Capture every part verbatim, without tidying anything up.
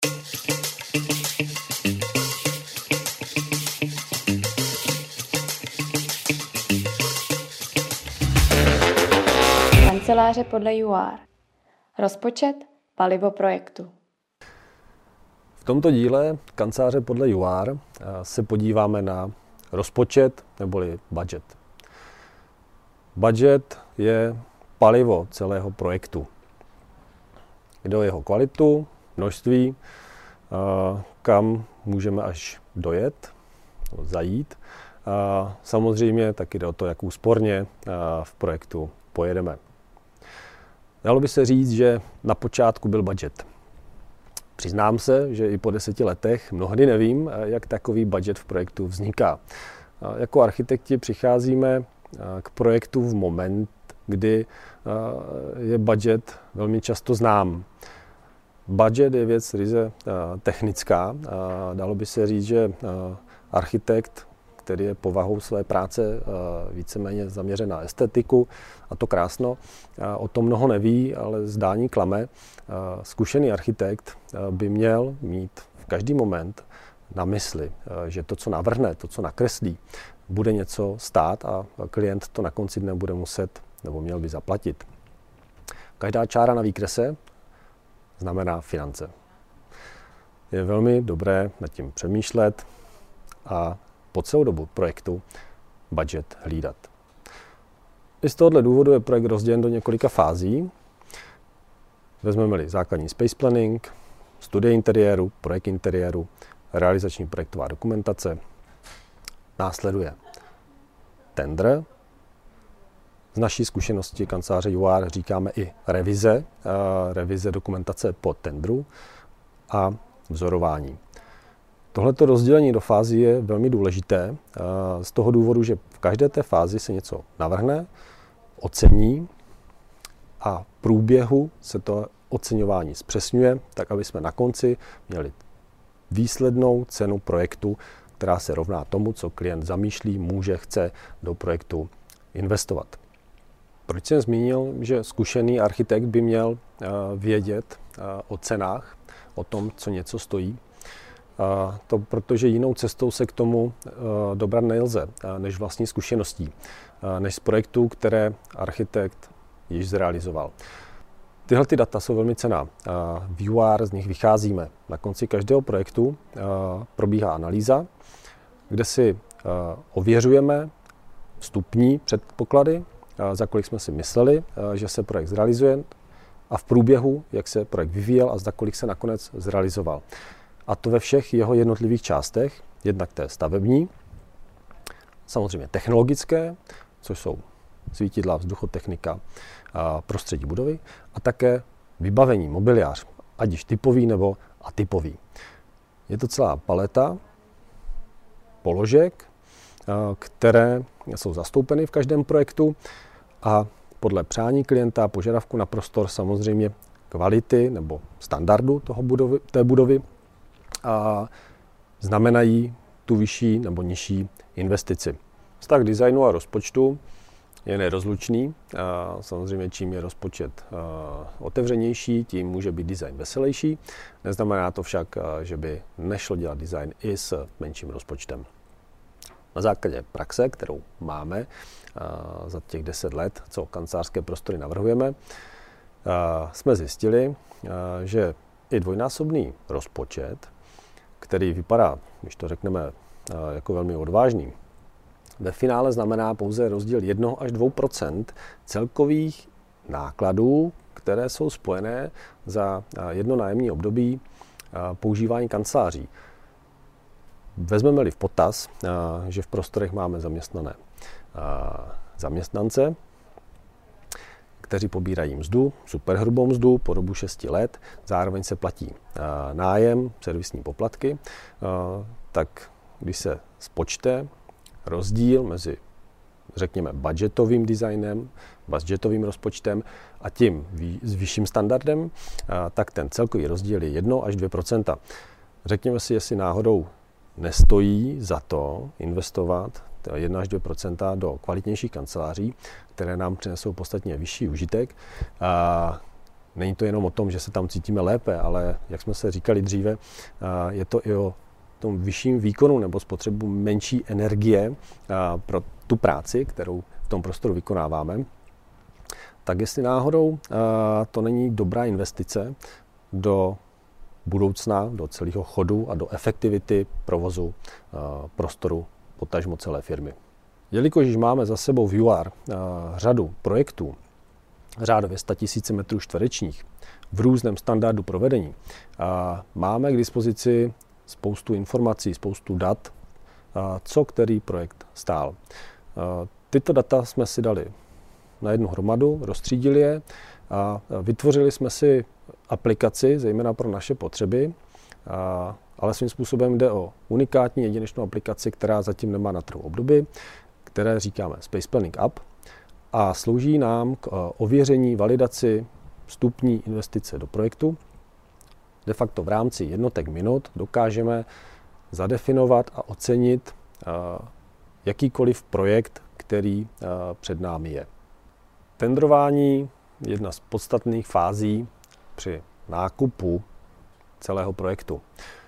Kanceláře podle U R. Rozpočet, palivo projektu. V tomto díle Kanceláře podle U R se podíváme na rozpočet neboli budget. Budget je palivo celého projektu. Jde o jeho kvalitu, množství, kam můžeme až dojet, zajít. A samozřejmě taky jde o to, jak úsporně v projektu pojedeme. Dalo by se říct, že na počátku byl budget. Přiznám se, že i po deseti letech mnohdy nevím, jak takový budget v projektu vzniká. Jako architekti přicházíme k projektu v moment, kdy je budget velmi často znám. Budget je věc ryze technická. Dalo by se říct, že architekt, který je povahou své práce víceméně zaměřen na estetiku, a to krásno, o tom mnoho neví, ale zdání klame. Zkušený architekt by měl mít v každý moment na mysli, že to, co navrhne, to, co nakreslí, bude něco stát a klient to na konci dne bude muset nebo měl by zaplatit. Každá čára na výkrese znamená finance. Je velmi dobré nad tím přemýšlet a po celou dobu projektu budget hlídat. I z tohoto důvodu je projekt rozdělen do několika fází. Vezmeme-li základní space planning, studie interiéru, projekt interiéru, realizační projektová dokumentace. Následuje tender. Z naší zkušenosti kanceláře U R říkáme i revize, revize dokumentace po tendru a vzorování. Tohleto rozdělení do fází je velmi důležité z toho důvodu, že v každé té fázi se něco navrhne, ocení a v průběhu se to oceňování zpřesňuje, tak aby jsme na konci měli výslednou cenu projektu, která se rovná tomu, co klient zamýšlí, může, chce do projektu investovat. Proč jsem zmínil, že zkušený architekt by měl vědět o cenách, o tom, co něco stojí? To protože jinou cestou se k tomu dobrat nelze, než vlastní zkušeností, než z projektů, které architekt již zrealizoval. Tyhle ty data jsou velmi cenná. V U R z nich vycházíme. Na konci každého projektu probíhá analýza, kde si ověřujeme vstupní předpoklady, za kolik jsme si mysleli, že se projekt zrealizuje, a v průběhu, jak se projekt vyvíjel a za kolik se nakonec zrealizoval. A to ve všech jeho jednotlivých částech, jednak té stavební, samozřejmě technologické, což jsou svítidla, vzduchotechnika, prostředí budovy, a také vybavení, mobiliář, ať již typový nebo atypový. Je to celá paleta položek, které jsou zastoupeny v každém projektu a podle přání klienta, požadavku na prostor, samozřejmě kvality nebo standardu toho budovy, té budovy, a znamenají tu vyšší nebo nižší investici. Vztah designu a rozpočtu je nerozlučný. A samozřejmě čím je rozpočet otevřenější, tím může být design veselější. Neznamená to však, že by nešlo dělat design i s menším rozpočtem. Na základě praxe, kterou máme za těch deset let, co kancelářské prostory navrhujeme, jsme zjistili, že i dvojnásobný rozpočet, který vypadá, když to řekneme, jako velmi odvážný, ve finále znamená pouze rozdíl jedna až dvě procenta celkových nákladů, které jsou spojené za jedno nájemní období používání kanceláří. Vezmeme-li v potaz, že v prostorech máme zaměstnané zaměstnance, kteří pobírají mzdu, superhrubou mzdu po dobu šesti let, zároveň se platí nájem, servisní poplatky, tak když se spočte rozdíl mezi, řekněme, budgetovým designem, budgetovým rozpočtem a tím s vyšším standardem, tak ten celkový rozdíl je jedna až dvě procenta. Řekněme si, jestli náhodou nestojí za to investovat jedna až dvě procenta do kvalitnějších kanceláří, které nám přinesou podstatně vyšší užitek, a není to jenom o tom, že se tam cítíme lépe, ale jak jsme se říkali dříve, je to i o tom vyšším výkonu nebo spotřebu menší energie pro tu práci, kterou v tom prostoru vykonáváme. Tak jestli náhodou to není dobrá investice do budoucna, do celého chodu a do efektivity provozu prostoru, potažmo celé firmy. Jelikož již máme za sebou v U R řadu projektů, řádově sto tisíc metrů čtverečních, v různém standardu provedení, máme k dispozici spoustu informací, spoustu dat, co který projekt stál. Tyto data jsme si dali na jednu hromadu, rozstřídili je a vytvořili jsme si aplikaci, zejména pro naše potřeby, ale svým způsobem jde o unikátní jedinečnou aplikaci, která zatím nemá na trhu obdoby, které říkáme Space Planning App a slouží nám k ověření, validaci vstupní investice do projektu. De facto v rámci jednotek minut dokážeme zadefinovat a ocenit jakýkoliv projekt, který před námi je. Tendrování je jedna z podstatných fází při nákupu celého projektu.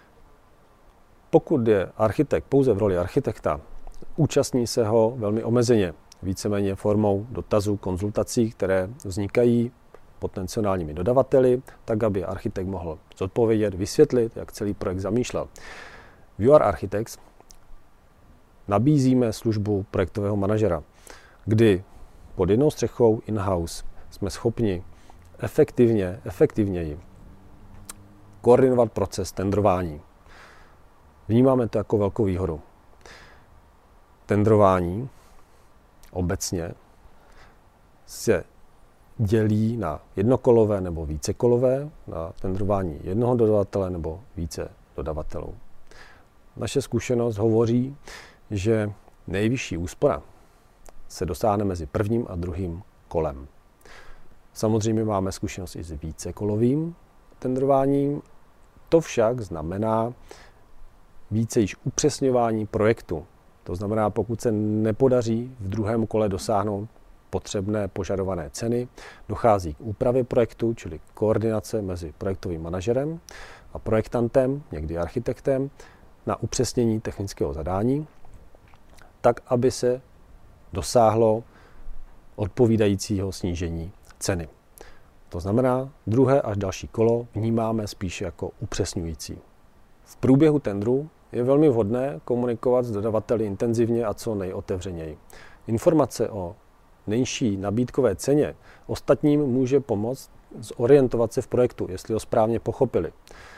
Pokud je architekt pouze v roli architekta, účastní se ho velmi omezeně, víceméně formou dotazů, konzultací, které vznikají potenciálními dodavateli, tak aby architekt mohl zodpovědět, vysvětlit, jak celý projekt zamýšlel. V U R Architects nabízíme službu projektového manažera, kdy pod jednou střechou in-house jsme schopni efektivně, efektivněji koordinovat proces tendrování. Vnímáme to jako velkou výhodu. Tendrování obecně se dělí na jednokolové nebo vícekolové, na tendrování jednoho dodavatele nebo více dodavatelů. Naše zkušenost hovoří, že nejvyšší úspora se dosáhne mezi prvním a druhým kolem. Samozřejmě máme zkušenost i s vícekolovým tendrováním. To však znamená více již upřesňování projektu. To znamená, pokud se nepodaří v druhém kole dosáhnout potřebné požadované ceny, dochází k úpravě projektu, čili koordinace mezi projektovým manažerem a projektantem, někdy architektem, na upřesnění technického zadání, tak, aby se dosáhlo odpovídajícího snížení ceny. To znamená, druhé až další kolo vnímáme spíše jako upřesňující. V průběhu tendru je velmi vhodné komunikovat s dodavateli intenzivně a co nejotevřeněji. Informace o nejnižší nabídkové ceně ostatním může pomoct zorientovat se v projektu, jestli ho správně pochopili.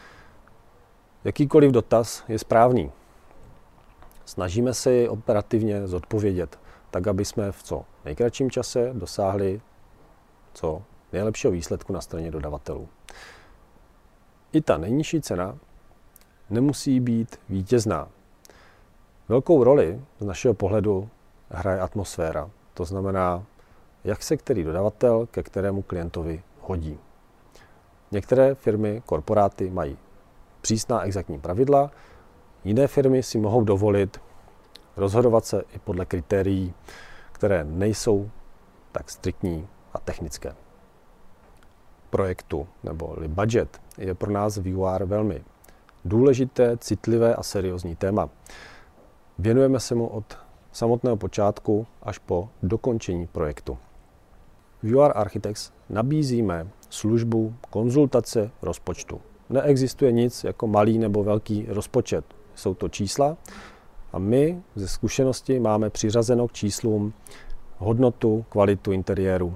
Jakýkoliv dotaz je správný. Snažíme se ji operativně zodpovědět, tak aby jsme v co nejkratším čase dosáhli co nejlepšího výsledku na straně dodavatelů. I ta nejnižší cena nemusí být vítězná. Velkou roli z našeho pohledu hraje atmosféra. To znamená, jak se který dodavatel ke kterému klientovi hodí. Některé firmy, korporáty mají přísná exaktní pravidla, jiné firmy si mohou dovolit rozhodovat se i podle kritérií, které nejsou tak striktní a technické. Projektu nebo budget je pro nás v U R velmi důležité, citlivé a seriózní téma. Věnujeme se mu od samotného počátku až po dokončení projektu. V U R Architects nabízíme službu konzultace rozpočtu. Neexistuje nic jako malý nebo velký rozpočet. Jsou to čísla a my ze zkušenosti máme přiřazeno k číslům hodnotu, kvalitu interiéru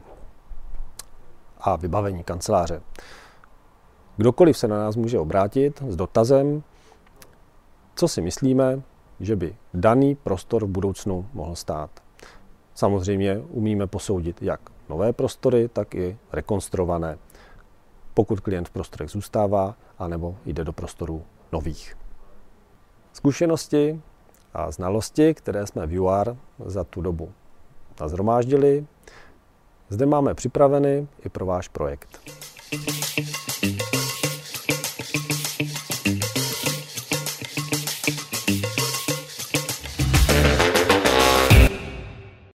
a vybavení kanceláře. Kdokoliv se na nás může obrátit s dotazem, co si myslíme, že by daný prostor v budoucnu mohl stát. Samozřejmě umíme posoudit jak nové prostory, tak i rekonstruované, pokud klient v prostorech zůstává, anebo jde do prostorů nových. Zkušenosti a znalosti, které jsme v U R za tu dobu nashromáždili, zde máme připraveny i pro váš projekt.